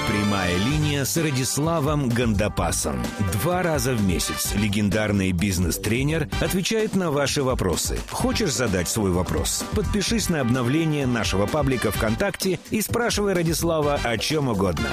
Прямая линия с Радиславом Гандапасом. 2 раза в месяц легендарный бизнес-тренер отвечает на ваши вопросы. Хочешь задать свой вопрос? Подпишись на обновление нашего паблика ВКонтакте и спрашивай Радислава о чем угодно.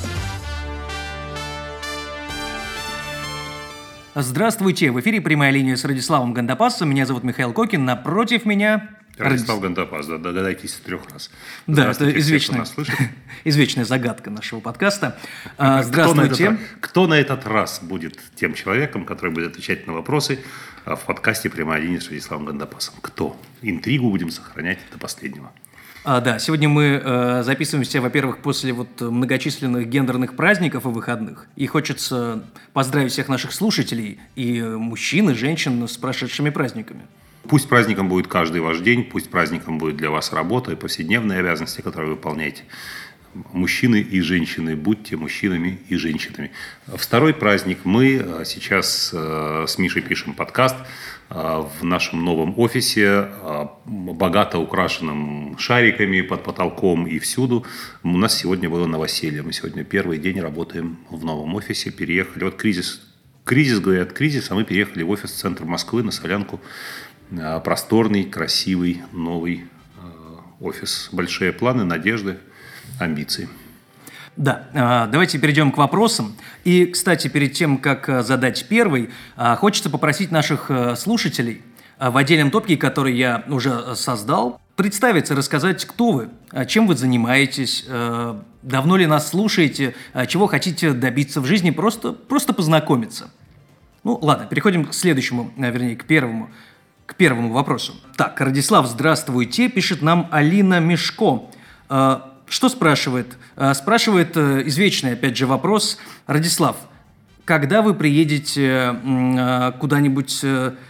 Здравствуйте! В эфире «Прямая линия» с Радиславом Гандапасом. Меня зовут Михаил Кокин. Напротив меня... Радислав Гандапас, догадайтесь 3 раз. Да, это извечная загадка нашего подкаста. Здравствуйте. Кто на этот раз будет тем человеком, который будет отвечать на вопросы в подкасте «Прямая линия» с Радиславом Гандапасом? Кто? Интригу будем сохранять до последнего. Да, сегодня мы записываемся, во-первых, после многочисленных гендерных праздников и выходных. И хочется поздравить всех наших слушателей, и мужчин, и женщин с прошедшими праздниками. Пусть праздником будет каждый ваш день, пусть праздником будет для вас работа и повседневные обязанности, которые вы выполняете. Мужчины и женщины, будьте мужчинами и женщинами. Второй праздник. Мы сейчас с Мишей пишем подкаст в нашем новом офисе, богато украшенном шариками под потолком и всюду. У нас сегодня было новоселье. Мы сегодня первый день работаем в новом офисе, переехали. Вот кризис, говорят, кризис, а мы переехали в офис в центр Москвы на Солянку. Просторный, красивый, новый офис. Большие планы, надежды, амбиции. Да, давайте перейдем к вопросам. И, кстати, перед тем, как задать первый, хочется попросить наших слушателей в отдельном топике, который я уже создал, представиться, рассказать, кто вы, чем вы занимаетесь, давно ли нас слушаете, чего хотите добиться в жизни, просто познакомиться. Ну, ладно, переходим к следующему, вернее, к первому вопросу. Так, Радислав, здравствуйте, пишет нам Алина Мешко. Что спрашивает? Спрашивает извечный, опять же, вопрос. Радислав, когда вы приедете куда-нибудь,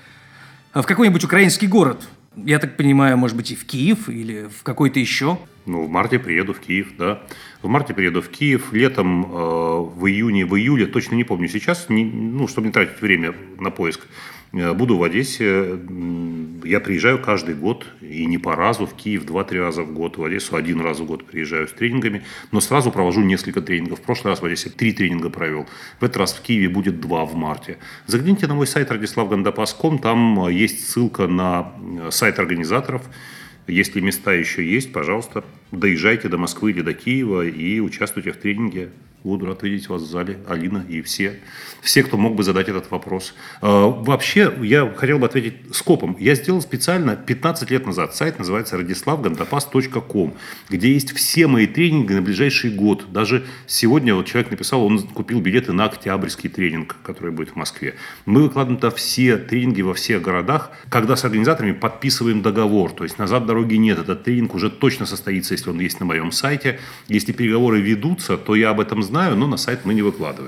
в какой-нибудь украинский город? Я так понимаю, может быть, и в Киев или в какой-то еще? В марте приеду в Киев, да. В марте приеду в Киев, летом, в июне, точно не помню сейчас, чтобы не тратить время на поиск. Буду в Одессе. Я приезжаю каждый год, и не по разу, в Киев 2-3 раза в год, в Одессу 1 раз в год приезжаю с тренингами, но сразу провожу несколько тренингов. В прошлый раз в Одессе 3 тренинга провел, в этот раз в Киеве будет 2 в марте. Загляните на мой сайт radislavgandapas.com, там есть ссылка на сайт организаторов. Если места еще есть, пожалуйста, доезжайте до Москвы или до Киева и участвуйте в тренинге. Буду рад видеть вас в зале, Алина и все, кто мог бы задать этот вопрос. Вообще, я хотел бы ответить скопом. Я сделал специально 15 лет назад. Сайт называется radislavgandapas.com, где есть все мои тренинги на ближайший год. Даже сегодня человек написал, он купил билеты на октябрьский тренинг, который будет в Москве. Мы выкладываем там все тренинги во всех городах, когда с организаторами подписываем договор. То есть назад дороги нет. Этот тренинг уже точно состоится, если он есть на моем сайте. Если переговоры ведутся, то я об этом знаю, но на сайт мы не выкладываем.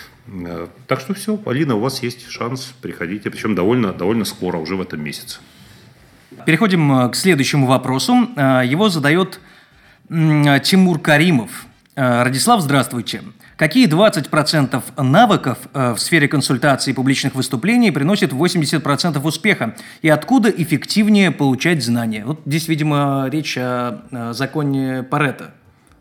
Так что все, Алина, у вас есть шанс, приходите, причем довольно скоро, уже в этом месяце. Переходим к следующему вопросу. Его задает Тимур Каримов. Радислав, здравствуйте. Какие 20% навыков в сфере консультации и публичных выступлений приносят 80% успеха? И откуда эффективнее получать знания? Вот здесь, видимо, речь о законе Парето.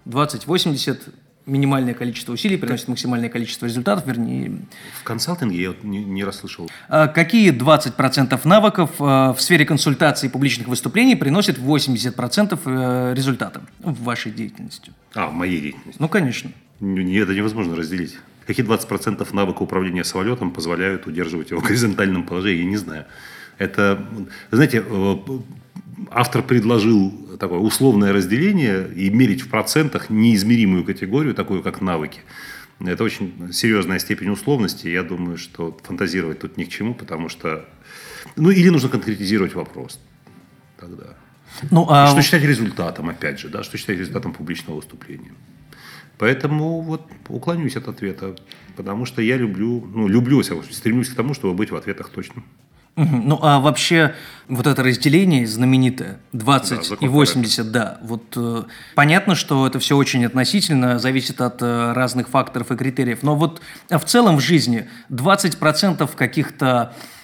20-80 минимальное количество усилий приносит максимальное количество результатов, вернее... В консалтинге я не расслышал. Какие 20% навыков в сфере консультации и публичных выступлений приносят 80% результата в вашей деятельности? В моей деятельности? Конечно. Это невозможно разделить. Какие 20% навыка управления самолетом позволяют удерживать его в горизонтальном положении, я не знаю. Это, знаете, автор предложил такое условное разделение и мерить в процентах неизмеримую категорию, такую как навыки. Это очень серьезная степень условности. Я думаю, что фантазировать тут ни к чему, потому что... или нужно конкретизировать вопрос тогда. Что считать результатом, опять же, да? Что считать результатом публичного выступления? Поэтому уклонюсь от ответа, потому что я стремлюсь к тому, чтобы быть в ответах точным. Вообще, это разделение знаменитое, 20 и 80, да. Понятно, что это все очень относительно, зависит от разных факторов и критериев. Но в целом в жизни 20% каких-то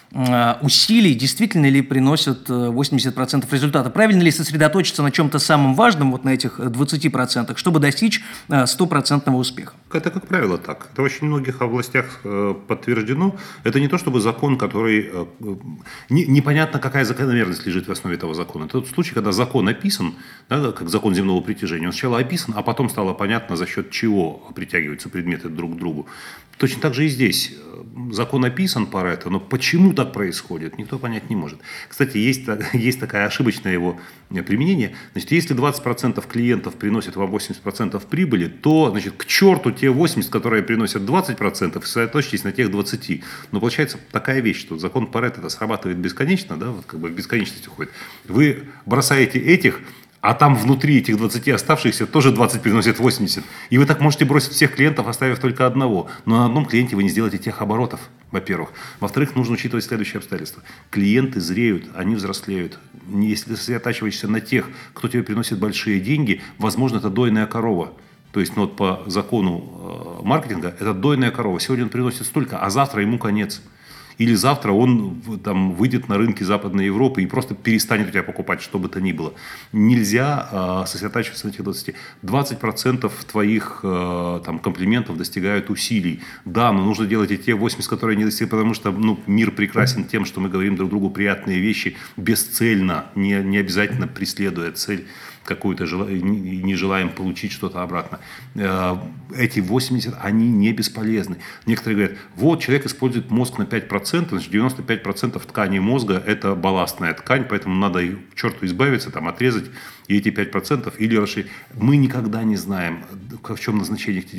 усилий действительно ли приносят 80% результата? Правильно ли сосредоточиться на чем-то самом важном, вот на этих 20%, чтобы достичь 100% успеха? Это, как правило, так. Это в очень многих областях подтверждено. Это не то, чтобы закон, который... Непонятно, какая закономерность лежит в основе этого закона. Это тот случай, когда закон описан, да, как закон земного притяжения. Он сначала описан, а потом стало понятно, за счет чего притягиваются предметы друг к другу. Точно так же и здесь. Закон описан Парето, но почему так происходит, никто понять не может. Кстати, есть такая ошибочное его применение. Значит, если 20% клиентов приносят вам 80% прибыли, то, значит, к черту те 80%, которые приносят 20%, сосредоточьтесь на тех 20%. Но получается такая вещь, что закон Парето срабатывает бесконечно, да, вот как бы в бесконечность уходит. Вы бросаете этих, а там внутри этих 20 оставшихся тоже 20 приносят 80. И вы так можете бросить всех клиентов, оставив только одного. Но на одном клиенте вы не сделаете тех оборотов, во-первых. Во-вторых, нужно учитывать следующие обстоятельства. Клиенты зреют, они взрослеют. Если ты сосредотачиваешься на тех, кто тебе приносит большие деньги, возможно, это дойная корова. То есть, ну, вот по закону маркетинга, это дойная корова. Сегодня он приносит столько, а завтра ему конец. Или завтра он там выйдет на рынки Западной Европы и просто перестанет у тебя покупать, что бы то ни было. Нельзя сосредотачиваться на этих 20. 20% твоих там, комплиментов достигают усилий. Да, но нужно делать и те 80, которые не достигают, потому что мир прекрасен тем, что мы говорим друг другу приятные вещи бесцельно, не обязательно преследуя цель какую-то, не желаем получить что-то обратно. Эти 80, они не бесполезны. Некоторые говорят, вот человек использует мозг на 5%, значит 95% ткани мозга это балластная ткань, поэтому надо к черту избавиться, там, отрезать и эти 5% или расширить. Мы никогда не знаем, в чем назначение этих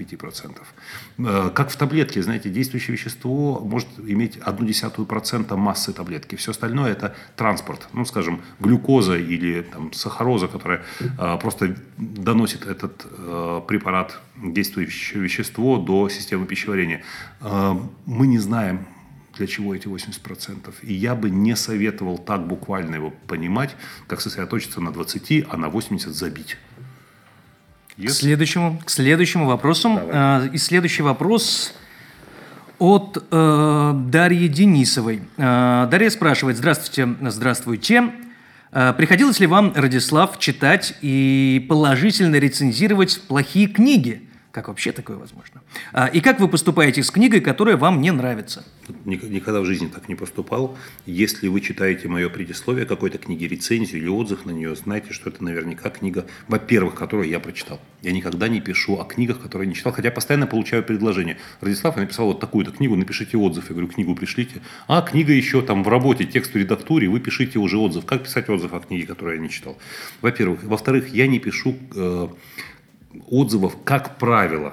95%. Как в таблетке, знаете, действующее вещество может иметь 0,1% массы таблетки. Все остальное это транспорт. Ну, скажем, глюкоза или там, сахароза, которая просто доносит этот препарат, действующее вещество до системы пищеварения. Мы не знаем, для чего эти 80%. И я бы не советовал так буквально его понимать, как сосредоточиться на 20, а на 80 забить. К следующему вопросу. И следующий вопрос от Дарьи Денисовой. Дарья спрашивает: Здравствуйте. Приходилось ли вам, Радислав, читать и положительно рецензировать плохие книги? Как вообще такое возможно? И как вы поступаете с книгой, которая вам не нравится? Никогда в жизни так не поступал. Если вы читаете мое предисловие какой-то книги, рецензию или отзыв на нее, знайте, что это наверняка книга, во-первых, которую я прочитал. Я никогда не пишу о книгах, которые не читал, хотя постоянно получаю предложения. Радислав, я написал вот такую-то книгу, напишите отзыв. Я говорю, книгу пришлите. А книга еще там в работе, текст в редактуре, вы пишите уже отзыв. Как писать отзыв о книге, которую я не читал? Во-первых. Во-вторых, я не пишу отзывов, как правило,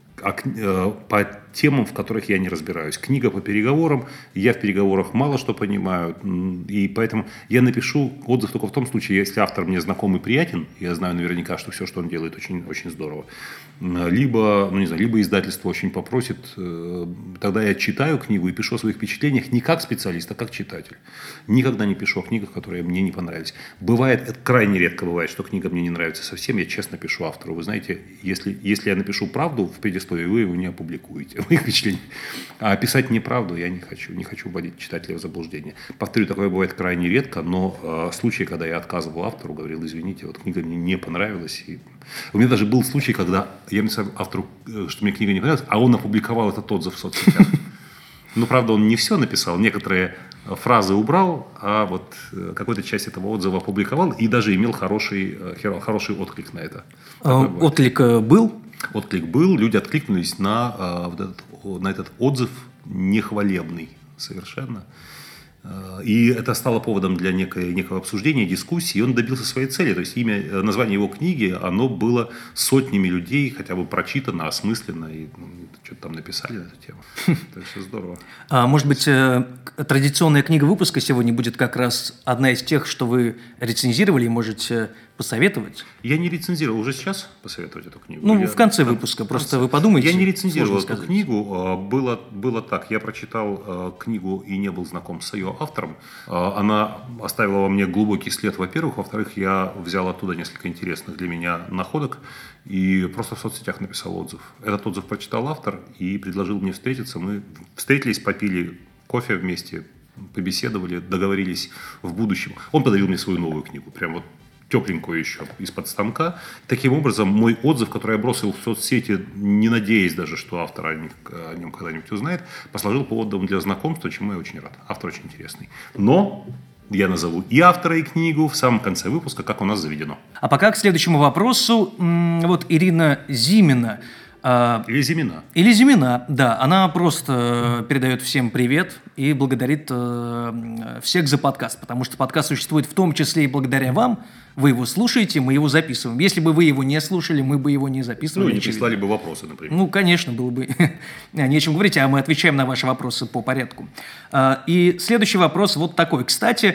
по темам, в которых я не разбираюсь. Книга по переговорам, я в переговорах мало что понимаю, и поэтому я напишу отзыв только в том случае, если автор мне знаком и приятен, я знаю наверняка, что все, что он делает, очень, очень здорово. Либо, либо издательство очень попросит, тогда я читаю книгу и пишу о своих впечатлениях не как специалист, а как читатель. Никогда не пишу о книгах, которые мне не понравились. Бывает, это крайне редко бывает, что книга мне не нравится совсем, я честно пишу автору. Вы знаете, если я напишу правду в предисловии, вы его не опубликуете. Моих впечатлений. А писать неправду я не хочу вводить читателя в заблуждение. Повторю, такое бывает крайне редко, но случаи, когда я отказывал автору, говорил, извините, вот книга мне не понравилась. И... У меня даже был случай, когда я написал автору, что мне книга не понравилась, а он опубликовал этот отзыв в соцсетях. Ну, правда, он не все написал, некоторые фразы убрал, а вот какую-то часть этого отзыва опубликовал и даже имел хороший отклик на это. Отклик был? Отклик был, люди откликнулись на этот отзыв нехвалебный совершенно. И это стало поводом для некого обсуждения, дискуссии, и он добился своей цели. То есть название его книги, оно было сотнями людей хотя бы прочитано, осмысленно, и что-то там написали на эту тему. Это все здорово. Может быть, традиционная книга выпуска сегодня будет как раз одна из тех, что вы рецензировали и можете посоветовать? Я не рецензировал. Уже сейчас посоветовать эту книгу? В конце выпуска. Просто вы подумайте. Я не рецензировал эту книгу. Было так. Я прочитал книгу и не был знаком с ее автором. Она оставила во мне глубокий след, во-первых. Во-вторых, я взял оттуда несколько интересных для меня находок и просто в соцсетях написал отзыв. Этот отзыв прочитал автор и предложил мне встретиться. Мы встретились, попили кофе вместе, побеседовали, договорились в будущем. Он подарил мне свою новую книгу, прям вот тепленькую еще из-под станка. Таким образом, мой отзыв, который я бросил в соцсети, не надеясь даже, что автор о нем когда-нибудь узнает, послужил поводом для знакомства, чему я очень рад. Автор очень интересный. Но я назову и автора, и книгу в самом конце выпуска, как у нас заведено. А пока к следующему вопросу. Вот Ирина Зимина. Или Зимина. Или Зимина, да. Она просто передает всем привет и благодарит всех за подкаст, потому что подкаст существует в том числе и благодаря вам. Вы его слушаете, мы его записываем. Если бы вы его не слушали, мы бы его не записывали. Ну, и не прислали бы вопросы, например. Ну, конечно, было бы нечем говорить, а мы отвечаем на ваши вопросы по порядку. И следующий вопрос вот такой. Кстати,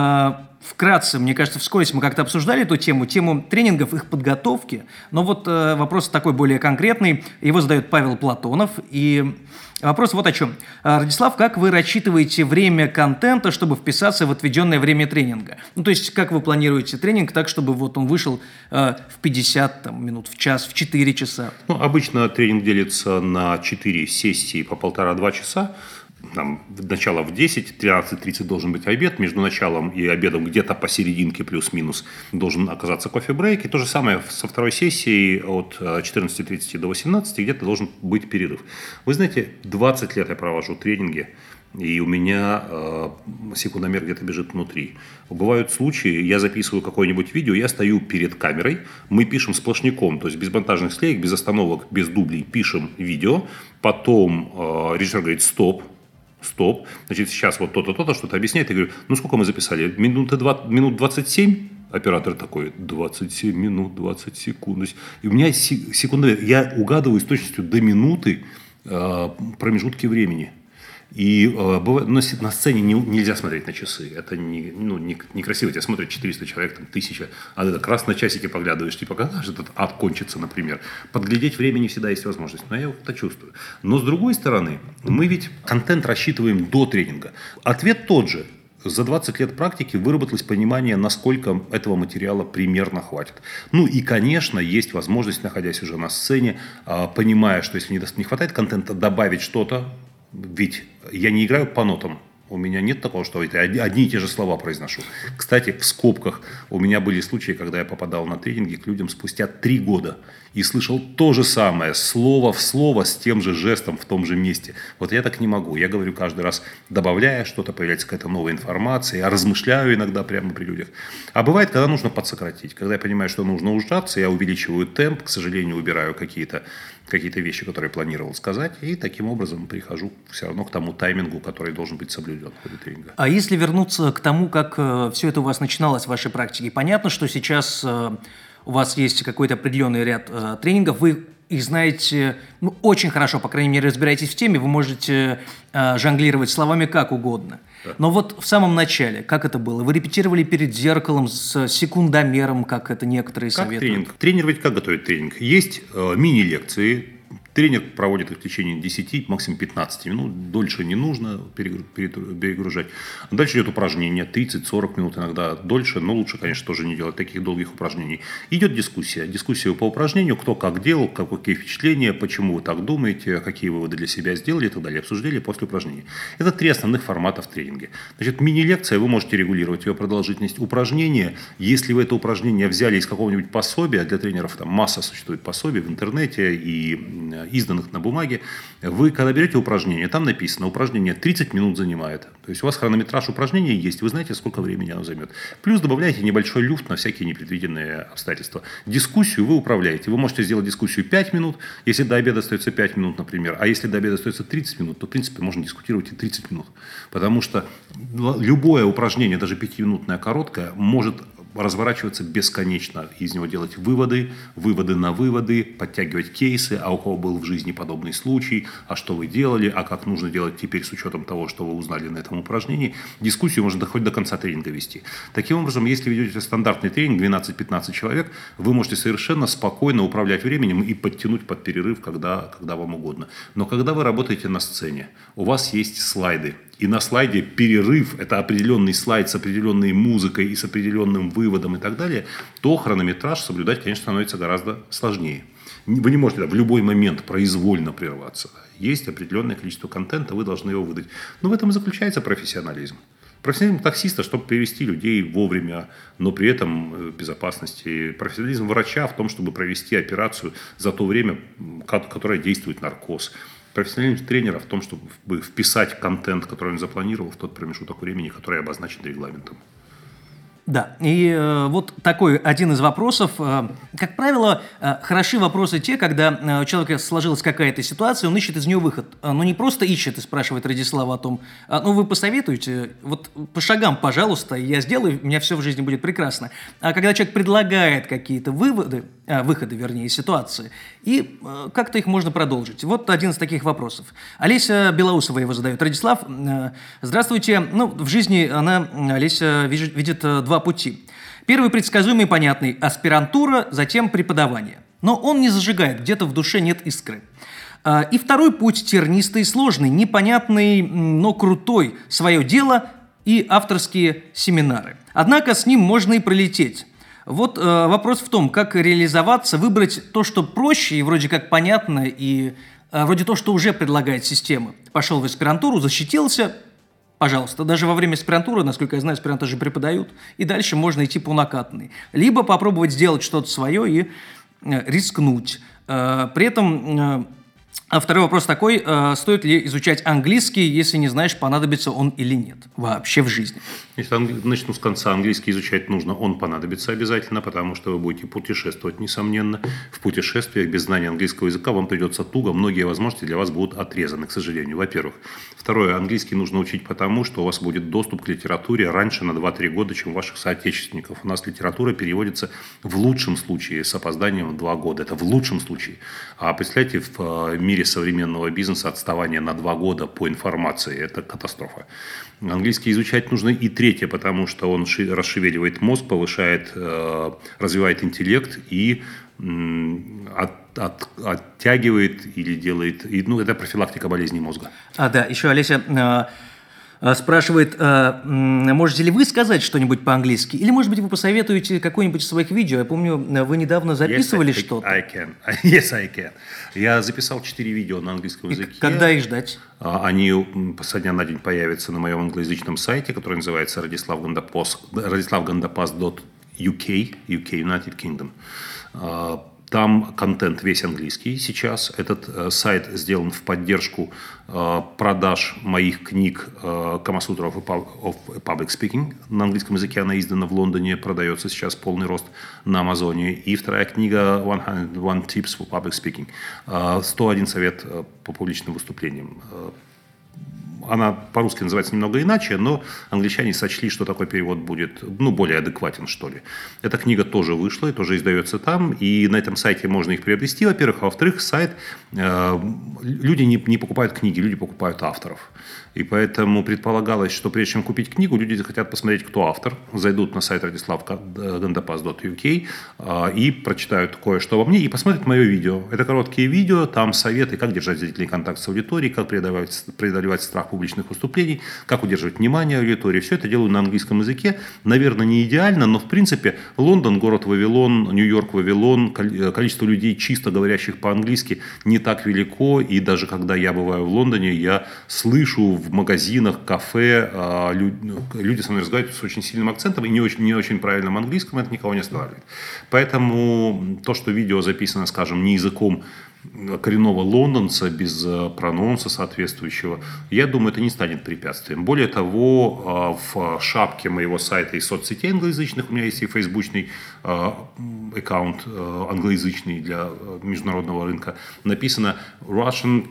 вкратце, мне кажется, вскользь мы как-то обсуждали эту тему тренингов, их подготовки. Но вот вопрос такой более конкретный. Его задает Павел Платонов. И вопрос вот о чем. Радислав, как вы рассчитываете время контента, чтобы вписаться в отведенное время тренинга? Ну, то есть, как вы планируете тренинг так, чтобы вот он вышел в 50 минут, в час, в 4 часа? Ну, обычно тренинг делится на 4 сессии по 1,5-2 часа. Там, начало в 10, 13:30 должен быть обед, между началом и обедом где-то посерединке плюс-минус должен оказаться кофе-брейк, и то же самое со второй сессией от 14:30 до 18 где-то должен быть перерыв. Вы знаете, 20 лет я провожу тренинги, и у меня секундомер где-то бежит внутри. Бывают случаи, я записываю какое-нибудь видео, я стою перед камерой, мы пишем сплошняком, то есть без монтажных склеек, без остановок, без дублей, пишем видео, потом режиссер говорит «стоп», значит, сейчас вот то-то, то-то, что-то объясняет. Я говорю, ну, сколько мы записали? Минут 27? Оператор такой, 27 минут, 20 секунд. И у меня секунды, я угадываю с точностью до минуты промежутки времени. И на сцене нельзя смотреть на часы. Это не красиво. Тебя смотрят 400 человек, там, 1000. А ты так раз на часики поглядываешь, типа, когда же этот ад кончится, например. Подглядеть время не всегда есть возможность. Но я это чувствую. Но с другой стороны, мы ведь контент рассчитываем до тренинга. Ответ тот же. За 20 лет практики выработалось понимание, насколько этого материала примерно хватит. Ну и, конечно, есть возможность, находясь уже на сцене, понимая, что если не хватает контента, добавить что-то. Ведь я не играю по нотам. У меня нет такого, что я одни и те же слова произношу. Кстати, в скобках, у меня были случаи, когда я попадал на тренинги к людям спустя 3 года и слышал то же самое, слово в слово, с тем же жестом, в том же месте. Вот я так не могу. Я говорю каждый раз, добавляя что-то, появляется какая-то новая информация. Я размышляю иногда прямо при людях. А бывает, когда нужно подсократить. Когда я понимаю, что нужно ужаться, я увеличиваю темп, к сожалению, убираю какие-то вещи, которые планировал сказать, и таким образом прихожу все равно к тому таймингу, который должен быть соблюден в ходе тренинга. А если вернуться к тому, как все это у вас начиналось в вашей практике, понятно, что сейчас у вас есть какой-то определенный ряд тренингов, вы их знаете очень хорошо, по крайней мере, разбираетесь в теме, вы можете жонглировать словами как угодно. Да. Но вот в самом начале, как это было? Вы репетировали перед зеркалом с секундомером, как это некоторые советуют? Тренинг. Тренер ведь как готовит тренинг? Есть мини-лекции. Тренер проводит их в течение 10, максимум 15 минут. Дольше не нужно перегружать. Дальше идет упражнение. 30-40 минут, иногда дольше. Но лучше, конечно, тоже не делать таких долгих упражнений. Идет дискуссия. Дискуссия по упражнению. Кто как делал, какие впечатления, почему вы так думаете, какие выводы для себя сделали и так далее. Обсуждали после упражнения. Это 3 основных формата в тренинге. Значит, мини-лекция. Вы можете регулировать ее продолжительность. Упражнения. Если вы это упражнение взяли из какого-нибудь пособия, для тренеров там масса существует пособий в интернете и изданных на бумаге, вы, когда берете упражнение, там написано, упражнение 30 минут занимает. То есть у вас хронометраж упражнения есть, вы знаете, сколько времени оно займет. Плюс добавляете небольшой люфт на всякие непредвиденные обстоятельства. Дискуссию вы управляете. Вы можете сделать дискуссию 5 минут, если до обеда остается 5 минут, например. А если до обеда остается 30 минут, то, в принципе, можно дискутировать и 30 минут. Потому что любое упражнение, даже 5-минутное короткое, может разворачиваться бесконечно. Из него делать выводы на выводы, подтягивать кейсы, а у кого был в жизни подобный случай, а что вы делали, а как нужно делать теперь с учетом того, что вы узнали на этом упражнении. Дискуссию можно хоть до конца тренинга вести. Таким образом, если ведете стандартный тренинг, 12-15 человек, вы можете совершенно спокойно управлять временем и подтянуть под перерыв, когда вам угодно. Но когда вы работаете на сцене, у вас есть слайды. и на слайде перерыв, это определенный слайд с определенной музыкой и с определенным выводом и так далее, то хронометраж соблюдать, конечно, становится гораздо сложнее. Вы не можете в любой момент произвольно прерваться. Есть определенное количество контента, вы должны его выдать. Но в этом и заключается профессионализм. Профессионализм таксиста, чтобы привести людей вовремя, но при этом безопасности. Профессионализм врача в том, чтобы провести операцию за то время, которое действует наркоз. Профессионализм тренера в том, чтобы вписать контент, который он запланировал, в тот промежуток времени, который обозначен регламентом. Да, и вот такой один из вопросов. Как правило, хороши вопросы те, когда у человека сложилась какая-то ситуация, он ищет из нее выход. Но не просто ищет и спрашивает Радислава о том, ну вы посоветуете, вот по шагам, пожалуйста, я сделаю, у меня все в жизни будет прекрасно. А когда человек предлагает какие-то выходы из ситуации, и как-то их можно продолжить. Вот один из таких вопросов. Олеся Белоусова его задает. Радислав, здравствуйте. Ну, в жизни Олеся видит два пути. Первый предсказуемый и понятный – аспирантура, затем преподавание. Но он не зажигает, где-то в душе нет искры. И второй путь – тернистый, сложный, непонятный, но крутой. Свое дело и авторские семинары. Однако с ним можно и пролететь. Вот вопрос в том, как реализоваться, выбрать то, что проще и вроде как понятно, и вроде то, что уже предлагает система. Пошел в аспирантуру, защитился – пожалуйста, даже во время аспирантуры, насколько я знаю, аспиранты же преподают, и дальше можно идти по накатанной. Либо попробовать сделать что-то свое и рискнуть. При этом второй вопрос такой, стоит ли изучать английский, если не знаешь, понадобится он или нет вообще в жизни? Если начну с конца, английский изучать нужно, он понадобится обязательно, потому что вы будете путешествовать, несомненно. В путешествиях без знания английского языка вам придется туго, многие возможности для вас будут отрезаны, к сожалению, во-первых. Второе, английский нужно учить потому, что у вас будет доступ к литературе раньше на 2-3 года, чем у ваших соотечественников. У нас литература переводится в лучшем случае с опозданием в 2 года. Это в лучшем случае. А представляете, в мире современного бизнеса отставание на 2 года по информации – это катастрофа. Английский изучать нужно и третье, потому что он расшевеливает мозг, повышает, развивает интеллект и оттягивает или делает… это профилактика болезней мозга. Да, еще Олеся спрашивает, можете ли вы сказать что-нибудь по-английски? Или, может быть, вы посоветуете какое-нибудь из своих видео? Я помню, вы недавно записывали что-то. Yes, I can. Я записал 4 видео на английском языке. Когда их ждать? Они со дня на день появятся на моем англоязычном сайте, который называется radislavgandapas.uk, United Kingdom. Там контент весь английский сейчас. Этот сайт сделан в поддержку продаж моих книг Kama Sutra of Public Speaking. На английском языке она издана в Лондоне, продается сейчас полный рост на Амазоне. И вторая книга 101 Tips for Public Speaking. 101 совет по публичным выступлениям. Она по-русски называется немного иначе, но англичане сочли, что такой перевод будет более адекватен, что ли. Эта книга тоже вышла и тоже издается там. И на этом сайте можно их приобрести, во-первых. А во-вторых, сайт… люди не покупают книги, люди покупают авторов. И поэтому предполагалось, что прежде чем купить книгу, люди захотят посмотреть, кто автор. Зайдут на сайт radislavgandapas.uk и прочитают кое-что обо мне и посмотрят мое видео. Это короткие видео, там советы, как держать зрительный контакт с аудиторией, как преодолевать страх публичных выступлений, как удерживать внимание аудитории. Все это делаю на английском языке. Наверное, не идеально, но в принципе Лондон, город Вавилон, Нью-Йорк, Вавилон, количество людей, чисто говорящих по-английски, не так велико. И даже когда я бываю в Лондоне, я слышу в магазинах, кафе, люди со мной разговаривают с очень сильным акцентом и не очень правильным английским, это никого не останавливает. Поэтому то, что видео записано, скажем, не языком коренного лондонца, без прононса соответствующего, я думаю, это не станет препятствием. Более того, в шапке моего сайта и соцсетей англоязычных, у меня есть и фейсбучный аккаунт англоязычный для международного рынка, написано Russian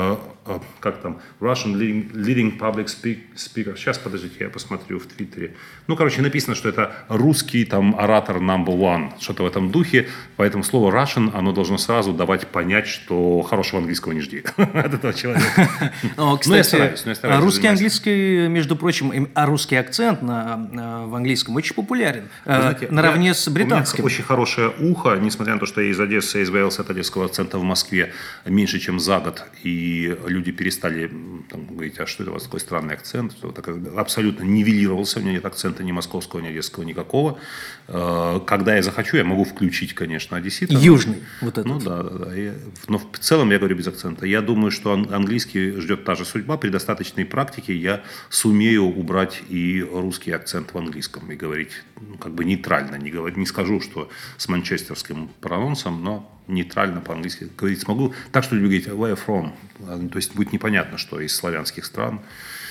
leading public speaker. Сейчас, подождите, я посмотрю в Твиттере. Написано, что это русский оратор number one, что-то в этом духе. Поэтому слово Russian, оно должно сразу давать понять, понять, что хорошего английского не жди от этого человека. Кстати, русский английский, между прочим, русский акцент в английском очень популярен, наравне с британским. У меня очень хорошее ухо, несмотря на то, что я из Одессы, я избавился от одесского акцента в Москве меньше, чем за год, и люди перестали говорить, а что это у вас такой странный акцент, абсолютно нивелировался, у меня нет акцента ни московского, ни одесского, никакого. Когда я захочу, я могу включить, конечно, одессита. Южный вот этот. Ну да. Но в целом я говорю без акцента. Я думаю, что английский ждет та же судьба. При достаточной практике я сумею убрать и русский акцент в английском и говорить нейтрально. Не скажу, что с манчестерским прононсом, но нейтрально по-английски говорить смогу. Так что люди говорят where from? То есть будет непонятно, что из славянских стран.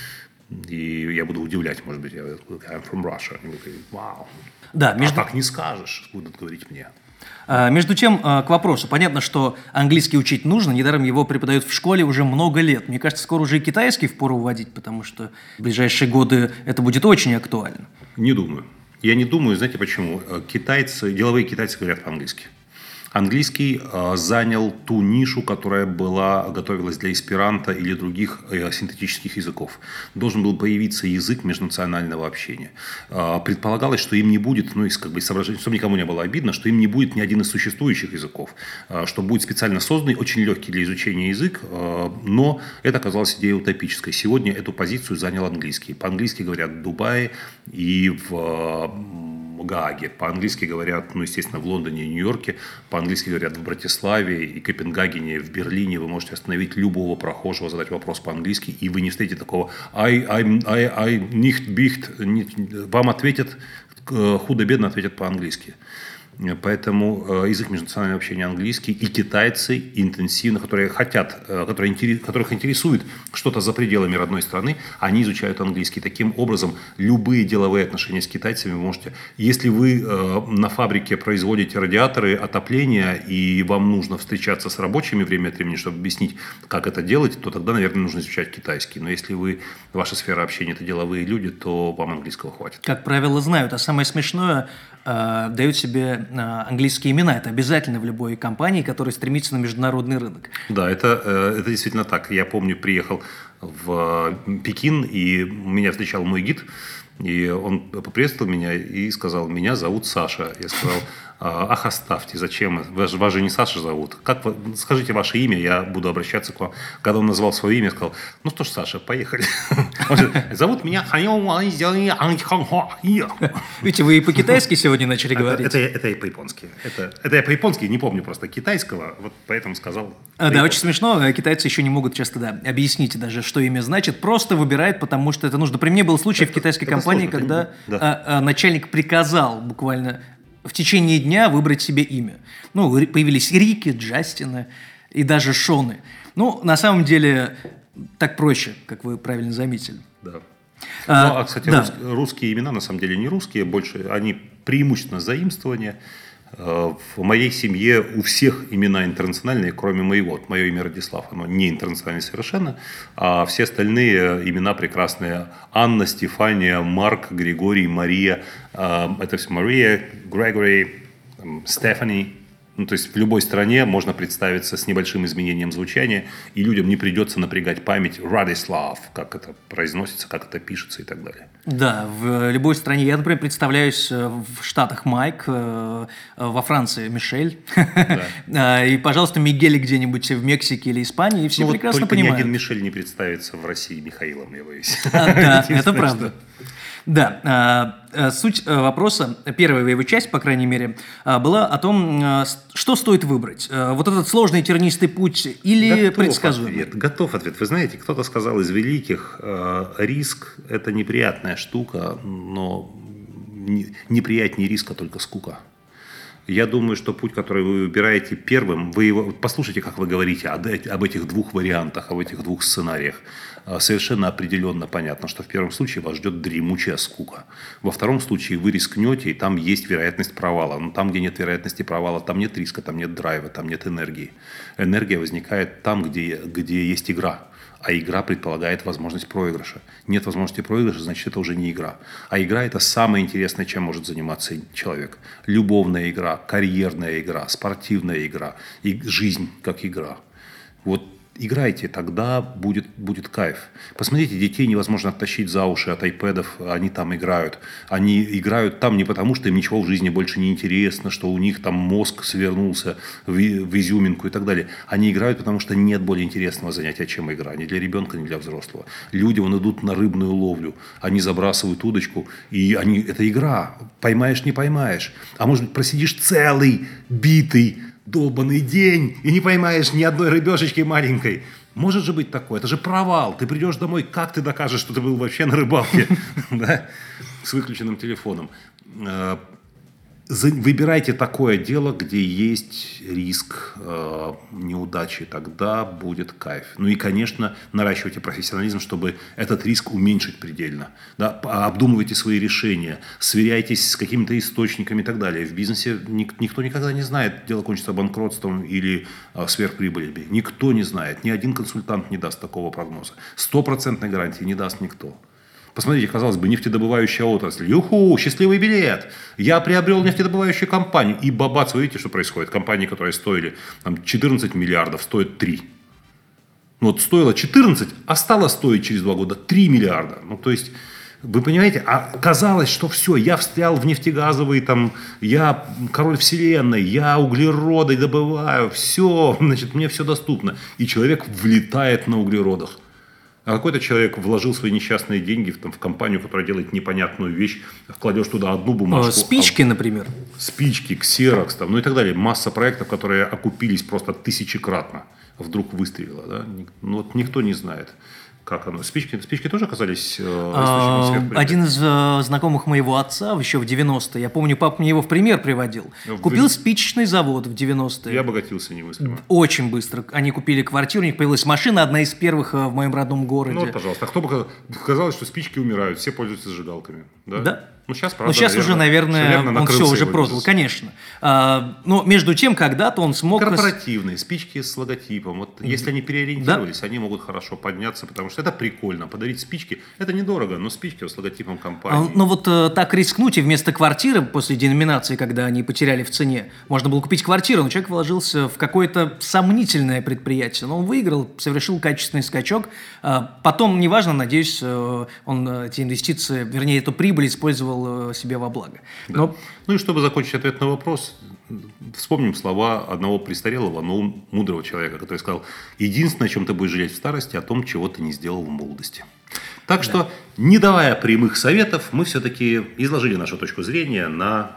И я буду удивлять, может быть, I'm from Russia. Они будут говорить, вау. Да, так не скажешь, будут говорить мне. Между тем, к вопросу. Понятно, что английский учить нужно, недаром его преподают в школе уже много лет. Мне кажется, скоро уже и китайский впору вводить, потому что в ближайшие годы это будет очень актуально. Не думаю. Я не думаю, знаете почему? Деловые китайцы говорят по-английски. Английский занял ту нишу, которая готовилась для эсперанто или других синтетических языков. Должен был появиться язык межнационального общения. Предполагалось, что им не будет, из соображений, чтобы никому не было обидно, что им не будет ни один из существующих языков, что будет специально созданный, очень легкий для изучения язык, но это оказалось идеей утопической. Сегодня эту позицию занял английский. По-английски говорят в Дубае и в Гааге. По-английски говорят, естественно, в Лондоне и Нью-Йорке. По-английски говорят в Братиславе и Копенгагене, в Берлине. Вы можете остановить любого прохожего, задать вопрос по-английски, и вы не встретите такого I nicht bicht. Вам ответят, худо-бедно ответят по-английски. Поэтому язык межнационального общения английский, и китайцы интенсивно, которых интересует что-то за пределами родной страны, они изучают английский. Таким образом, любые деловые отношения с китайцами вы можете... Если вы на фабрике производите радиаторы отопления, и вам нужно встречаться с рабочими время от времени, чтобы объяснить, как это делать, то тогда, наверное, нужно изучать китайский. Но если ваша сфера общения – это деловые люди, то вам английского хватит. Как правило, знают. А самое смешное – дают себе английские имена. Это обязательно в любой компании, которая стремится на международный рынок. Да, это действительно так. Я помню, приехал в Пекин, и меня встречал мой гид, и он поприветствовал меня и сказал, меня зовут Саша. Я сказал, ах, оставьте, зачем? Вас же не Саша зовут. Скажите ваше имя, я буду обращаться к вам. Когда он назвал свое имя, я сказал, ну что ж, Саша, поехали. Он говорит, зовут меня... Видите, вы и по-китайски сегодня начали говорить. Это и по-японски. Это я по-японски не помню просто китайского, вот поэтому сказал. Да, очень смешно. Китайцы еще не могут часто объяснить даже, что имя значит. Просто выбирают, потому что это нужно. При мне был случай в китайской компании, когда начальник приказал буквально в течение дня выбрать себе имя. Появились Рики, Джастины и даже Шоны. На самом деле, так проще, как вы правильно заметили. Да. Кстати, русские имена на самом деле не русские, больше они преимущественно заимствования. В моей семье у всех имена интернациональные, кроме моего. Мое имя Радислав, оно не интернациональное совершенно, а все остальные имена прекрасные. Анна, Стефания, Марк, Григорий, Мария. Это все Мария, Грегори, Стефани. То есть в любой стране можно представиться с небольшим изменением звучания, и людям не придется напрягать память Радислав, как это произносится, как это пишется и так далее. Да, в любой стране. Я, например, представляюсь в Штатах Майк, во Франции Мишель, и, пожалуйста, Мигель где-нибудь в Мексике или Испании, и все прекрасно понимают. Только ни один Мишель не представится в России Михаилом, я боюсь. Да, это правда. Да, суть вопроса, первая его часть, по крайней мере, была о том, что стоит выбрать. Вот этот сложный тернистый путь или предсказуемый? Готов ответ. Вы знаете, кто-то сказал из великих, риск – это неприятная штука, но неприятнее риска только скука. Я думаю, что путь, который вы выбираете первым, послушайте, как вы говорите об этих двух вариантах, об этих двух сценариях. совершенно определенно понятно, что в первом случае вас ждет дремучая скука. Во втором случае вы рискнете, и там есть вероятность провала. Но там, где нет вероятности провала, там нет риска, там нет драйва, там нет энергии. Энергия возникает там, где есть игра. А игра предполагает возможность проигрыша. Нет возможности проигрыша, значит, это уже не игра. А игра – это самое интересное, чем может заниматься человек. Любовная игра, карьерная игра, спортивная игра, и жизнь как игра. Вот играйте, тогда будет кайф. Посмотрите, детей невозможно оттащить за уши от айпэдов, они там играют. Они играют там не потому, что им ничего в жизни больше не интересно, что у них там мозг свернулся в изюминку и так далее. Они играют, потому что нет более интересного занятия, чем игра. Ни для ребенка, ни для взрослого. Люди идут на рыбную ловлю, они забрасывают удочку, и это игра. Поймаешь, не поймаешь. А может быть, просидишь целый битый долбанный день и не поймаешь ни одной рыбешечки маленькой. Может же быть такое. Это же провал. Ты придешь домой, как ты докажешь, что ты был вообще на рыбалке? С выключенным телефоном. Выбирайте такое дело, где есть риск неудачи, тогда будет кайф. Ну и, конечно, наращивайте профессионализм, чтобы этот риск уменьшить предельно. Да? Обдумывайте свои решения, сверяйтесь с какими-то источниками и так далее. В бизнесе никто никогда не знает, дело кончится банкротством или сверхприбылями. Никто не знает, ни один консультант не даст такого прогноза. 100% гарантии не даст никто. Посмотрите, казалось бы, нефтедобывающая отрасль. Юху, счастливый билет. Я приобрел нефтедобывающую компанию. И бабац, вы видите, что происходит? Компании, которые стоили 14 миллиардов, стоят 3. Вот стоило 14, а стало стоить через 2 года 3 миллиарда. Ну, то есть, вы понимаете, казалось, что все, я встрял в нефтегазовый, я король вселенной, я углероды добываю, все, значит, мне все доступно. И человек влетает на углеродах. А какой-то человек вложил свои несчастные деньги в компанию, которая делает непонятную вещь, вкладешь туда одну бумажку. Спички, например. Спички, ксерокс, ну и так далее. Масса проектов, которые окупились просто тысячекратно. Вдруг выстрелило. Да? Ну, вот никто не знает, как оно. Спички тоже оказались источником сверхприбыли? Один из знакомых моего отца еще в 90-е, я помню, папа мне его в пример приводил, купил спичечный завод в 90-е. Я обогатился немыслимо. Очень быстро. Они купили квартиру, у них появилась машина, одна из первых в моем родном городе. Ну, вот, пожалуйста. А кто бы казалось, что спички умирают, все пользуются зажигалками. Да. Да. Ну, сейчас, правда, сейчас уже, наверное, он все уже продал, бизнес. Конечно. Но между тем, когда-то он смог... Корпоративные, спички с логотипом. Вот, если они переориентировались, они могут хорошо подняться, потому что это прикольно. Подарить спички, это недорого, но спички с логотипом компании. Но вот так рискнуть, и вместо квартиры после деноминации, когда они потеряли в цене, можно было купить квартиру, но человек вложился в какое-то сомнительное предприятие. Но он выиграл, совершил качественный скачок. Потом, неважно, надеюсь, он эти инвестиции, вернее, эту прибыль использовал себе во благо. Да. Но... Ну и чтобы закончить ответ на вопрос, вспомним слова одного престарелого, но мудрого человека, который сказал: единственное, о чем ты будешь жалеть в старости, о том, чего ты не сделал в молодости. Так что, не давая прямых советов, мы все-таки изложили нашу точку зрения на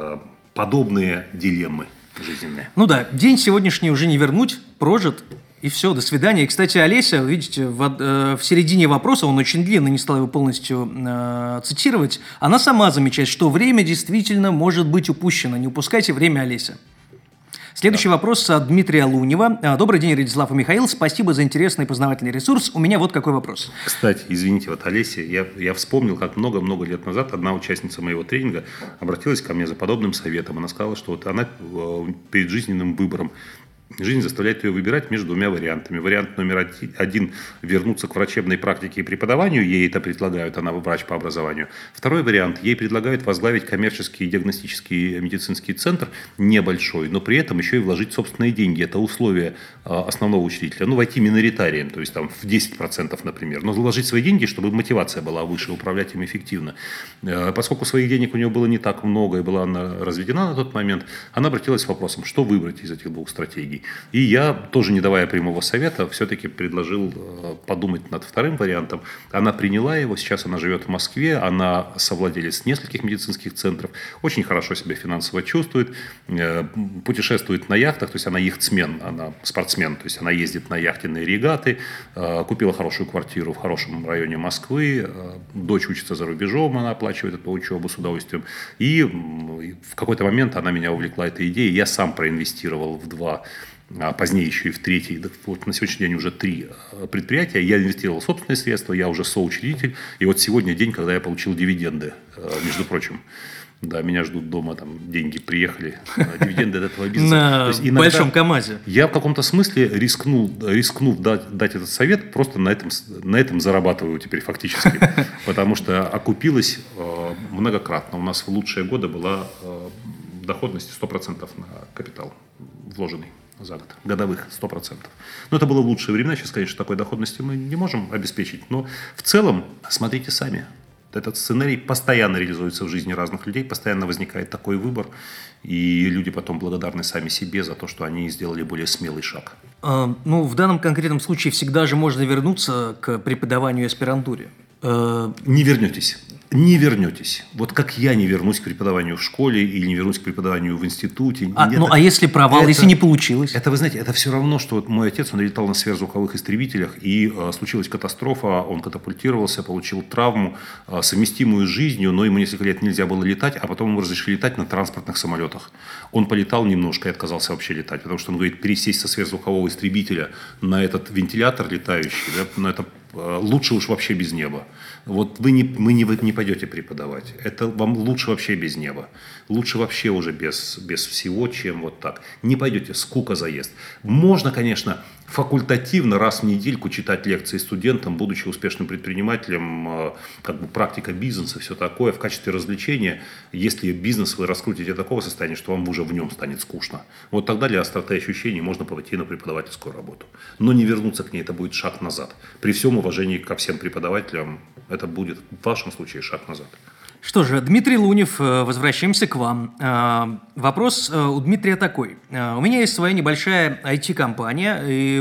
подобные дилеммы жизненные. Ну да, день сегодняшний уже не вернуть, прожит. И все, до свидания. И, кстати, Олеся, видите, в середине вопроса, он очень длинный, не стал его полностью цитировать, она сама замечает, что время действительно может быть упущено. Не упускайте время, Олеся. Следующий вопрос от Дмитрия Лунева. Добрый день, Радислав и Михаил. Спасибо за интересный и познавательный ресурс. У меня вот какой вопрос. Кстати, извините, вот Олеся, я вспомнил, как много-много лет назад одна участница моего тренинга обратилась ко мне за подобным советом. Она сказала, что вот она перед жизненным выбором, жизнь заставляет ее выбирать между двумя вариантами. Вариант номер один – вернуться к врачебной практике и преподаванию. Ей это предлагают, она врач по образованию. Второй вариант – ей предлагают возглавить коммерческий диагностический медицинский центр, небольшой, но при этом еще и вложить собственные деньги. Это условие основного учредителя. Ну, войти миноритарием, то есть там в 10%, например. Но вложить свои деньги, чтобы мотивация была выше, управлять им эффективно. Поскольку своих денег у нее было не так много, и была она разведена на тот момент, она обратилась с вопросом, что выбрать из этих двух стратегий. И я, тоже не давая прямого совета, все-таки предложил подумать над вторым вариантом. Она приняла его, сейчас она живет в Москве, она совладелец нескольких медицинских центров, очень хорошо себя финансово чувствует, путешествует на яхтах, то есть она яхтсмен, она спортсмен, то есть она ездит на яхтенные регаты, купила хорошую квартиру в хорошем районе Москвы, дочь учится за рубежом, она оплачивает эту учебу с удовольствием. И в какой-то момент она меня увлекла этой идеей, я сам проинвестировал в два а позднее еще и в третий. Вот на сегодняшний день уже 3 предприятия. Я инвестировал собственные средства, я уже соучредитель. И вот сегодня день, когда я получил дивиденды, между прочим. Да, меня ждут дома, там деньги приехали, дивиденды от этого бизнеса. На большом КАМАЗе. Я в каком-то смысле рискнув дать этот совет, просто на этом зарабатываю теперь фактически. Потому что окупилось многократно. У нас в лучшие годы была доходность 100% на капитал вложенный за год. Годовых 100%. Но это было в лучшие времена. Сейчас, конечно, такой доходности мы не можем обеспечить. Но в целом, смотрите сами. Этот сценарий постоянно реализуется в жизни разных людей, постоянно возникает такой выбор, и люди потом благодарны сами себе за то, что они сделали более смелый шаг. В данном конкретном случае всегда же можно вернуться к преподаванию и аспирантуре. Не вернетесь. Не вернетесь. Вот как я не вернусь к преподаванию в школе или не вернусь к преподаванию в институте. А если провал, если не получилось? Это, вы знаете, это все равно, что вот мой отец, он летал на сверхзвуковых истребителях, и случилась катастрофа, он катапультировался, получил травму, совместимую с жизнью, но ему несколько лет нельзя было летать, а потом ему разрешили летать на транспортных самолетах. Он полетал немножко и отказался вообще летать, потому что он говорит, пересесть со сверхзвукового истребителя на этот вентилятор летающий, да, это лучше уж вообще без неба. Вот вы не пойдете преподавать. Это вам лучше вообще без неба. Лучше вообще уже без всего, чем вот так. Не пойдете, скука заест. Можно, конечно, факультативно раз в недельку читать лекции студентам, будучи успешным предпринимателем, практика бизнеса, все такое, в качестве развлечения, если бизнес вы раскрутите до такого состояния, что вам уже в нем станет скучно. Вот тогда для остроты ощущений можно пойти на преподавательскую работу. Но не вернуться к ней, это будет шаг назад. При всем уважении ко всем преподавателям, это будет в вашем случае шаг назад. Что же, Дмитрий Лунев, возвращаемся к вам. Вопрос у Дмитрия такой. У меня есть своя небольшая IT-компания, и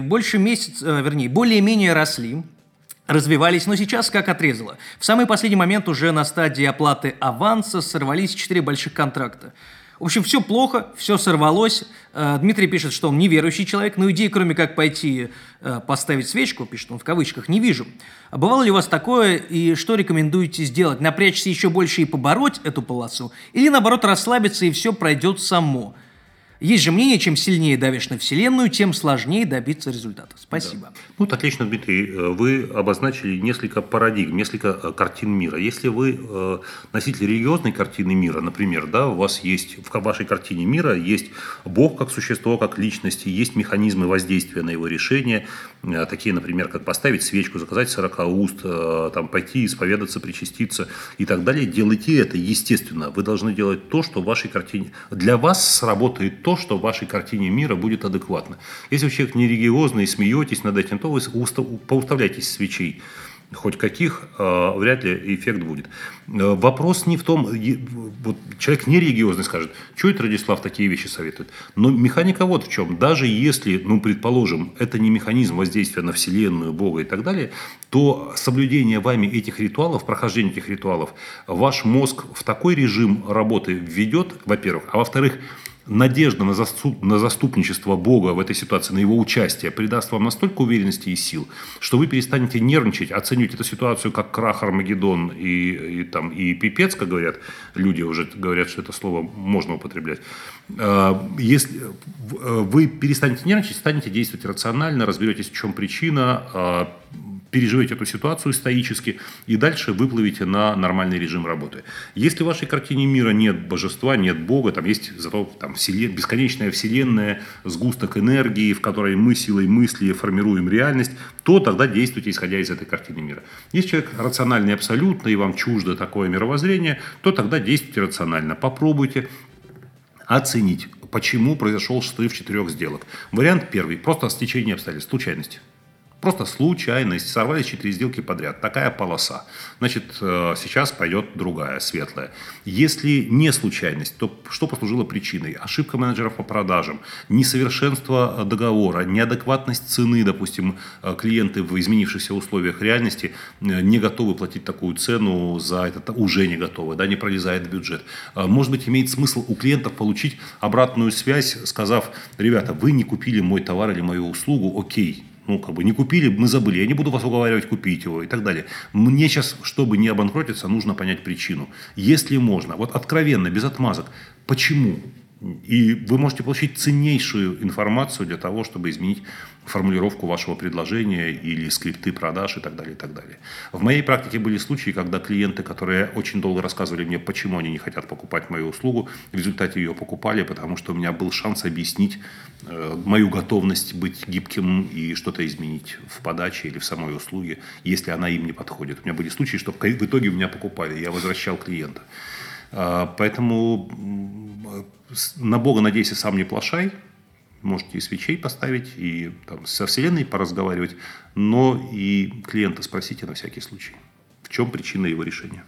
более-менее росли, развивались, но сейчас как отрезало. В самый последний момент уже на стадии оплаты аванса сорвались 4 больших контракта. В общем, все плохо, все сорвалось. Дмитрий пишет, что он неверующий человек, но идеи, кроме как пойти поставить свечку, пишет он в кавычках, не вижу. А бывало ли у вас такое, и что рекомендуете сделать? Напрячься еще больше и побороть эту полосу? Или, наоборот, расслабиться, и все пройдет само? Есть же мнение, чем сильнее давишь на Вселенную, тем сложнее добиться результата. Спасибо. Да. Отлично, Дмитрий. Вы обозначили несколько парадигм, несколько картин мира. Если вы носитель религиозной картины мира, например, да, у вас есть в вашей картине мира есть Бог как существо, как личность, есть механизмы воздействия на его решение, такие, например, как поставить свечку, заказать 40 уст, пойти исповедаться, причаститься и так далее. Делайте это, естественно. Вы должны делать то, что в вашей картине... Для вас сработает то, что в вашей картине мира будет адекватно. Если вы человек нерелигиозный и смеетесь над этим, то вы поуставляйтесь свечей. Хоть каких, вряд ли эффект будет. Вопрос не в том, вот человек нерелигиозный скажет, что это Радислав такие вещи советует. Но механика вот в чем. Даже если, предположим, это не механизм воздействия на Вселенную, Бога и так далее, то соблюдение вами этих ритуалов, прохождение этих ритуалов, ваш мозг в такой режим работы введет, во-первых, а во-вторых, надежда на заступничество Бога в этой ситуации, на его участие, придаст вам настолько уверенности и сил, что вы перестанете нервничать, оценивать эту ситуацию как крах, Армагеддон и пипец, как говорят, люди уже говорят, что это слово можно употреблять. Если вы перестанете нервничать, станете действовать рационально, разберетесь, в чем причина, переживете эту ситуацию стоически и дальше выплывете на нормальный режим работы. Если в вашей картине мира нет божества, нет Бога, есть зато бесконечная вселенная, сгусток энергии, в которой мы силой мысли формируем реальность, то тогда действуйте, исходя из этой картины мира. Если человек рациональный абсолютно, и вам чуждо такое мировоззрение, то тогда действуйте рационально. Попробуйте оценить, почему произошел срыв 4 сделок. Вариант первый. Просто стечение обстоятельств, случайность. Просто случайность. Сорвались 4 сделки подряд. Такая полоса. Значит, сейчас пойдет другая, светлая. Если не случайность, то что послужило причиной? Ошибка менеджеров по продажам, несовершенство договора, неадекватность цены. Допустим, клиенты в изменившихся условиях реальности не готовы платить такую цену за это, уже не готовы, не пролезает в бюджет. Может быть, имеет смысл у клиентов получить обратную связь, сказав: ребята, вы не купили мой товар или мою услугу, окей. Не купили, мы забыли, я не буду вас уговаривать купить его и так далее. Мне сейчас, чтобы не обанкротиться, нужно понять причину. Если можно, откровенно, без отмазок, почему? И вы можете получить ценнейшую информацию для того, чтобы изменить формулировку вашего предложения или скрипты продаж и так далее, и так далее. В моей практике были случаи, когда клиенты, которые очень долго рассказывали мне, почему они не хотят покупать мою услугу, в результате ее покупали, потому что у меня был шанс объяснить мою готовность быть гибким и что-то изменить в подаче или в самой услуге, если она им не подходит. У меня были случаи, что в итоге у меня покупали, я возвращал клиента. Поэтому на Бога надейся, сам не плашай. Можете и свечей поставить, и там, со Вселенной поразговаривать, но и клиента спросите на всякий случай, в чем причина его решения.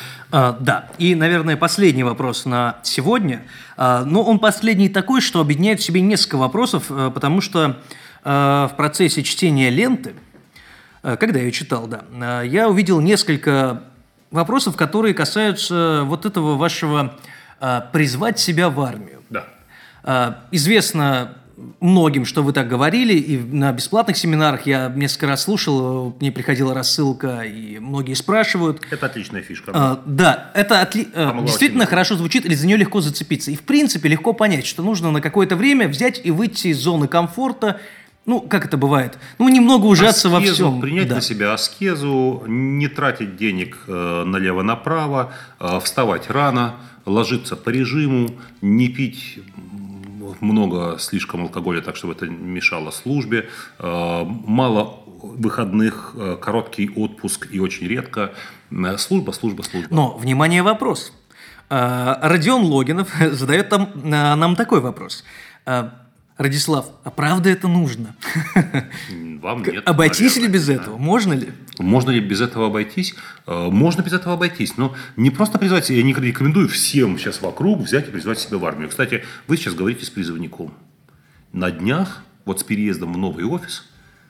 Да, и, наверное, последний вопрос на сегодня. Но он последний такой, что объединяет в себе несколько вопросов, потому что в процессе чтения ленты, когда я ее читал, да, я увидел несколько вопросов, которые касаются вот этого вашего призвать себя в армию. Да. Известно многим, что вы так говорили, и на бесплатных семинарах я несколько раз слушал, мне приходила рассылка, и многие спрашивают. Это отличная фишка. Да, это действительно хорошо звучит, или за нее легко зацепиться. И в принципе легко понять, что нужно на какое-то время взять и выйти из зоны комфорта. Ну, как это бывает? Ну, немного ужаться во всем. Принять на себя аскезу, не тратить денег налево-направо, вставать рано, ложиться по режиму, не пить много слишком алкоголя, так чтобы это мешало службе, мало выходных, короткий отпуск и очень редко. Служба. Но, внимание, вопрос. Родион Логинов задает нам такой вопрос. Радислав, а правда это нужно? Вам нет. Обойтись ли без этого? Можно ли? Можно ли без этого обойтись? Можно без этого обойтись, но не просто призвать, я не рекомендую всем сейчас вокруг взять и призвать себя в армию. Кстати, вы сейчас говорите с призывником. На днях, вот с переездом в новый офис,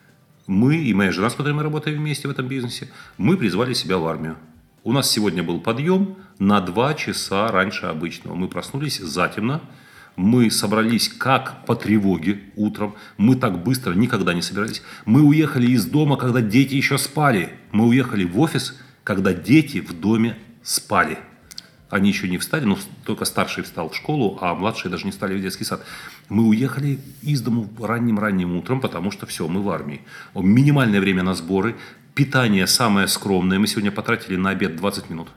мы и моя жена, с которой мы работаем вместе в этом бизнесе, мы призвали себя в армию. У нас сегодня был подъем на 2 часа раньше обычного. Мы проснулись затемно. Мы собрались как по тревоге утром. Мы так быстро никогда не собирались. Мы уехали из дома, когда дети еще спали. Мы уехали в офис, когда дети в доме спали. Они еще не встали, но только старший встал в школу, а младшие даже не встали в детский сад. Мы уехали из дому ранним утром, потому что все, мы в армии. Минимальное время на сборы. Питание самое скромное. Мы сегодня потратили на обед 20 минут.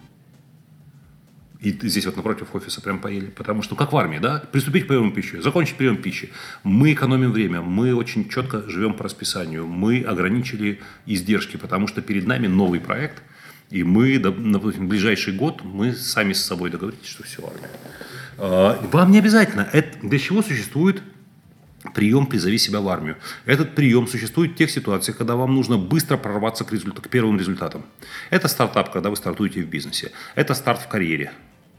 И здесь вот напротив офиса прям поели. Потому что, как в армии, да? Приступить к приему пищи, закончить прием пищи. Мы экономим время, мы очень четко живем по расписанию. Мы ограничили издержки, потому что перед нами новый проект. И мы, допустим, в ближайший год, мы сами с собой договорились, что все, армия. Вам не обязательно. Для чего существует прием «Призови себя в армию»? Этот прием существует в тех ситуациях, когда вам нужно быстро прорваться к первым результатам. Это стартап, когда вы стартуете в бизнесе. Это старт в карьере.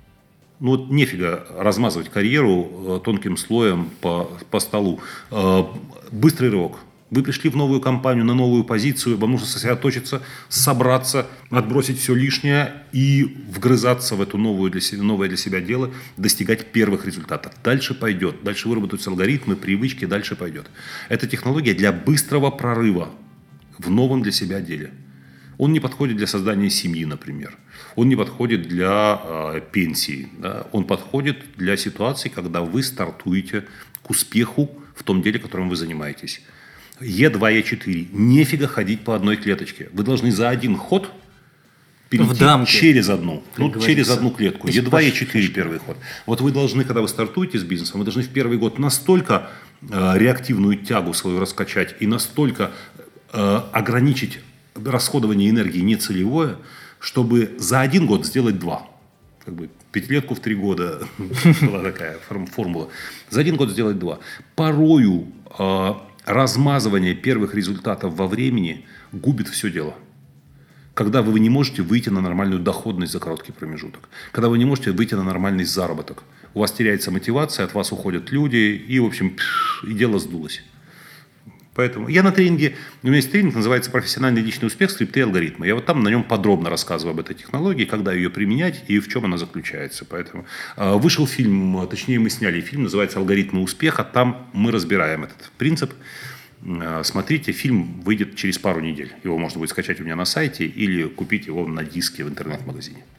Ну вот нефига размазывать карьеру тонким слоем по столу. Быстрый рывок. Вы пришли в новую компанию, на новую позицию, вам нужно сосредоточиться, собраться, отбросить все лишнее и вгрызаться в это новое для себя дело, достигать первых результатов. Дальше пойдет, дальше выработаются алгоритмы, привычки, дальше пойдет. Это технология для быстрого прорыва в новом для себя деле. Он не подходит для создания семьи, например. Он не подходит для пенсии. Да? Он подходит для ситуации, когда вы стартуете к успеху в том деле, которым вы занимаетесь. Е2, Е4. Нефига ходить по одной клеточке. Вы должны за один ход перейти через одну. Через одну клетку. Е2, Е4 первый ход. Вот вы должны, когда вы стартуете с бизнесом, вы должны в первый год настолько реактивную тягу свою раскачать и настолько ограничить расходование энергии нецелевое, чтобы за один год сделать 2. Как бы пятилетку в 3 года была такая формула. За один год сделать 2. Порою размазывание первых результатов во времени губит все дело. Когда вы не можете выйти на нормальную доходность за короткий промежуток. Когда вы не можете выйти на нормальный заработок. У вас теряется мотивация, от вас уходят люди, и, в общем, и дело сдулось. Поэтому я на тренинге, у меня есть тренинг, называется «Профессиональный личный успех. Скрипты и алгоритмы». Я вот там на нем подробно рассказываю об этой технологии, когда ее применять и в чем она заключается. Поэтому вышел фильм, точнее мы сняли фильм, называется «Алгоритмы успеха». Там мы разбираем этот принцип. Смотрите, фильм выйдет через пару недель. Его можно будет скачать у меня на сайте или купить его на диске в интернет-магазине.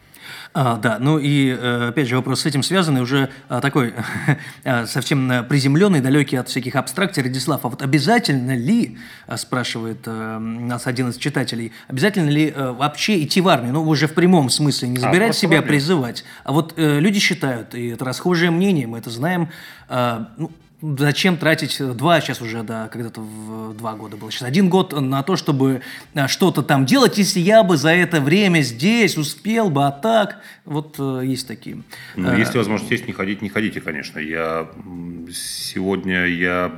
Да, ну и опять же вопрос с этим связанный, уже такой совсем приземленный, далекий от всяких абстракций. Радислав, а вот обязательно ли, спрашивает нас один из читателей, обязательно ли вообще идти в армию? Ну, уже в прямом смысле, не забирать себя, призывать. А вот люди считают, и это расхожее мнение, мы это знаем, зачем тратить 2, сейчас уже, да, когда-то в 2 года было, сейчас 1 год на то, чтобы что-то там делать, если я бы за это время здесь успел бы, а так, вот есть такие. Ну, если возможность есть, не ходите, конечно. Сегодня я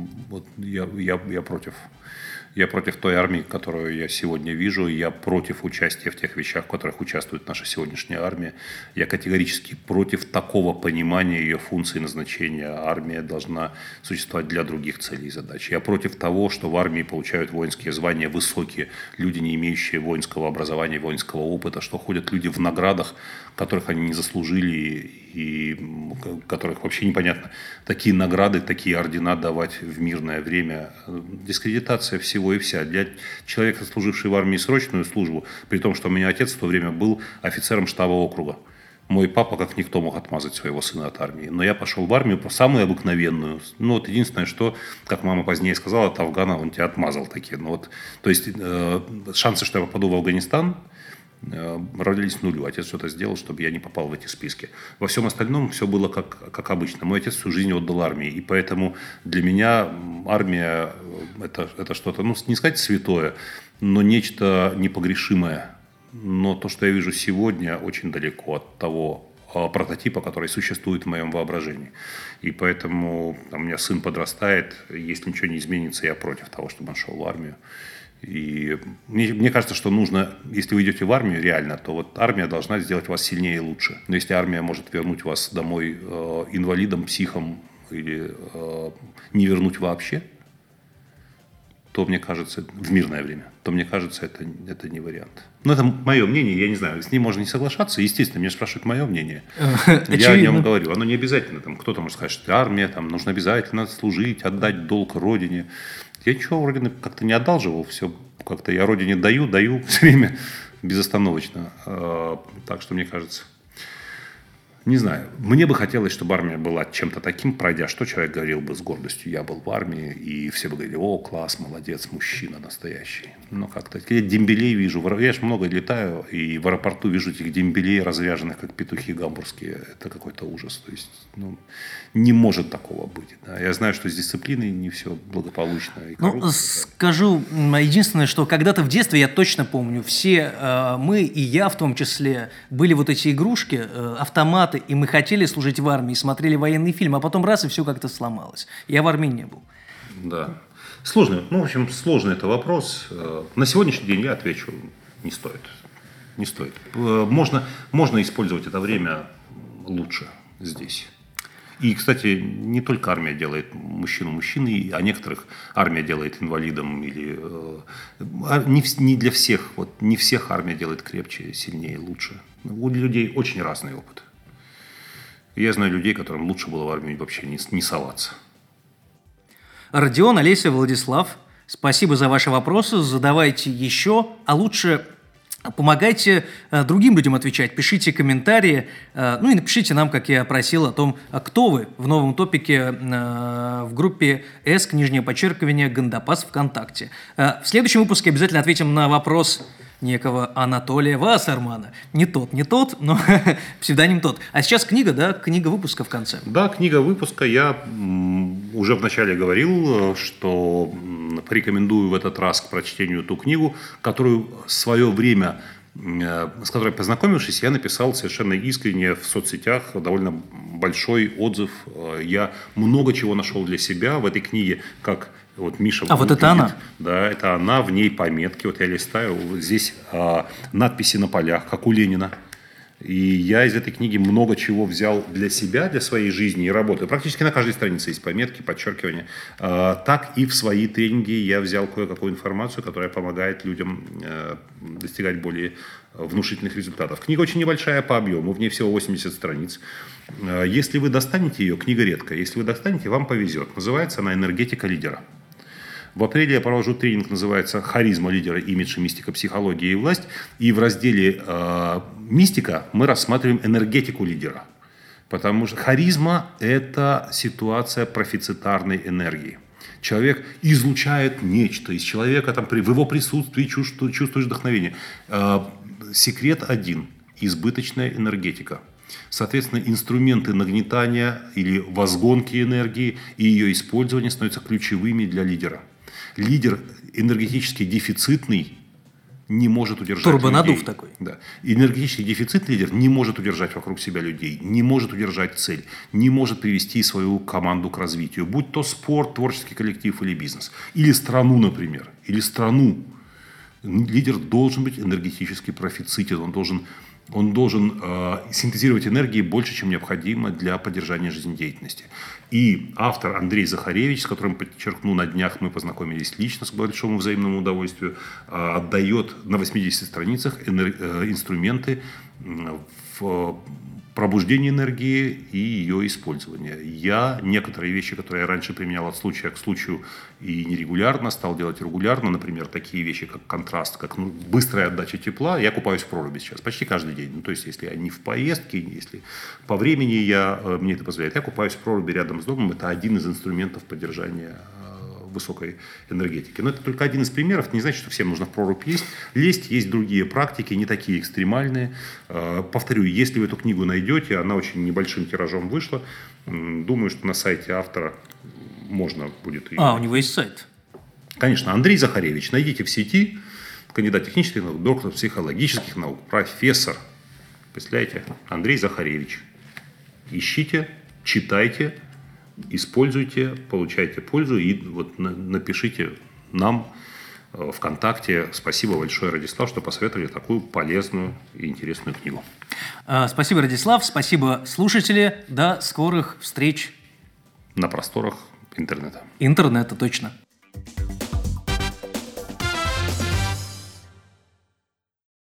против. Я против той армии, которую я сегодня вижу. Я против участия в тех вещах, в которых участвует наша сегодняшняя армия. Я категорически против такого понимания ее функции и назначения. Армия должна существовать для других целей и задач. Я против того, что в армии получают воинские звания высокие люди, не имеющие воинского образования, воинского опыта, что ходят люди в наградах, которых они не заслужили и которых вообще непонятно. Такие награды, такие ордена давать в мирное время. Дискредитация всего и вся. Для человека, служившего в армии срочную службу, при том, что у меня отец в то время был офицером штаба округа. Мой папа, как никто, мог отмазать своего сына от армии. Но я пошел в армию самую обыкновенную. Ну, вот единственное, что, как мама позднее сказала, от Афгана он тебя отмазал такие. Ну, вот, то есть, шансы, что я попаду в Афганистан, равнялись нулю. Отец что-то сделал, чтобы я не попал в эти списки. Во всем остальном все было как обычно. Мой отец всю жизнь отдал армии. И поэтому для меня армия это что-то, ну, не сказать святое, но нечто непогрешимое. Но то, что я вижу сегодня, очень далеко от того прототипа, который существует в моем воображении. И поэтому у меня сын подрастает. Если ничего не изменится, я против того, чтобы он шел в армию. И мне кажется, что нужно, если вы идете в армию реально, то вот армия должна сделать вас сильнее и лучше. Но если армия может вернуть вас домой инвалидом, психом или не вернуть вообще, то, мне кажется, в мирное время, то, мне кажется, это не вариант. Но это мое мнение, я не знаю, с ним можно не соглашаться. Естественно, меня спрашивают мое мнение. Я о нем говорю. Оно не обязательно. Кто-то может сказать, что армия, нужно обязательно служить, отдать долг родине. Я ничего вроде как-то не одалживал, все как-то я родине даю все время безостановочно. Так что, мне кажется, не знаю, мне бы хотелось, чтобы армия была чем-то таким, пройдя, что человек говорил бы с гордостью, я был в армии, и все бы говорили, о, класс, молодец, мужчина настоящий. Но как-то, я дембелей вижу, я же много летаю, и в аэропорту вижу этих дембелей, разряженных, как петухи гамбургские, это какой-то ужас, то есть, не может такого быть. Да. Я знаю, что с дисциплиной не все благополучно. Скажу единственное, что когда-то в детстве, я точно помню, все мы, и я в том числе, были вот эти игрушки, автоматы, и мы хотели служить в армии, смотрели военные фильмы, а потом раз, и все как-то сломалось. Я в армии не был. Да. Сложный, в общем, сложный это вопрос. На сегодняшний день я отвечу, не стоит. Не стоит. Можно использовать это время лучше здесь. И, кстати, не только армия делает мужчину мужчиной, а некоторых армия делает инвалидом. Или, не для всех, не всех армия делает крепче, сильнее, лучше. У людей очень разный опыт. Я знаю людей, которым лучше было в армии вообще не соваться. Родион, Олеся, Владислав, спасибо за ваши вопросы. Задавайте еще, а лучше помогайте другим людям отвечать. Пишите комментарии, и напишите нам, как я просил, о том, кто вы в новом топике в группе _, Гандапас ВКонтакте. В следующем выпуске обязательно ответим на вопрос некого Анатолия Вассермана. Не тот, но псевдоним тот. А сейчас книга, да? Книга выпуска в конце. Да, книга выпуска. Я уже вначале говорил, что порекомендую в этот раз к прочтению ту книгу, которую в свое время, с которой познакомившись, я написал совершенно искренне в соцсетях довольно большой отзыв. Я много чего нашел для себя в этой книге, как вот Миша. Вот это она? Да, это она, в ней пометки. Вот я листаю, вот здесь надписи на полях, как у Ленина. И я из этой книги много чего взял для себя, для своей жизни и работы. Практически на каждой странице есть пометки, подчеркивания. Так и в свои тренинги я взял кое-какую информацию, которая помогает людям достигать более внушительных результатов. Книга очень небольшая по объему, в ней всего 80 страниц. Если вы достанете ее, книга редкая, если вы достанете, вам повезет. Называется она «Энергетика лидера». В апреле я провожу тренинг, называется «Харизма лидера. Имидж и мистика. Психология и власть». И в разделе «Мистика» мы рассматриваем энергетику лидера. Потому что харизма – это ситуация профицитарной энергии. Человек излучает нечто из человека, там, в его присутствии чувствуешь вдохновение. Секрет один – избыточная энергетика. Соответственно, инструменты нагнетания или возгонки энергии и ее использования становятся ключевыми для лидера. Лидер энергетически дефицитный не может удержать турбонадув людей. Такой. Да. Энергетически дефицитный лидер не может удержать вокруг себя людей, не может удержать цель, не может привести свою команду к развитию, будь то спорт, творческий коллектив или бизнес. Или страну, например. Или страну. Лидер должен быть энергетически профицитен, он должен синтезировать энергии больше, чем необходимо для поддержания жизнедеятельности. И автор Андрей Захаревич, с которым, подчеркну, на днях мы познакомились лично, с большому взаимному удовольствию, отдает на 80 страницах инструменты в пробуждение энергии и ее использование. Я некоторые вещи, которые я раньше применял от случая к случаю и нерегулярно, стал делать регулярно. Например, такие вещи, как контраст, как быстрая отдача тепла. Я купаюсь в проруби сейчас почти каждый день. Ну, то есть, если я не в поездке, если по времени мне это позволяет, я купаюсь в проруби рядом с домом. Это один из инструментов поддержания высокой энергетики. Но это только один из примеров. Не значит, что всем нужно в прорубь лезть. Есть другие практики, не такие экстремальные. Повторю, если вы эту книгу найдете, она очень небольшим тиражом вышла. Думаю, что на сайте автора можно будет ее... У него есть сайт? Конечно, Андрей Захаревич. Найдите в сети. Кандидат технических наук, доктор психологических наук, профессор. Представляете? Андрей Захаревич. Ищите, читайте, используйте, получайте пользу и вот напишите нам ВКонтакте. Спасибо большое, Радислав, что посоветовали такую полезную и интересную книгу. Спасибо, Радислав. Спасибо, слушатели. До скорых встреч На просторах интернета. Интернета, точно.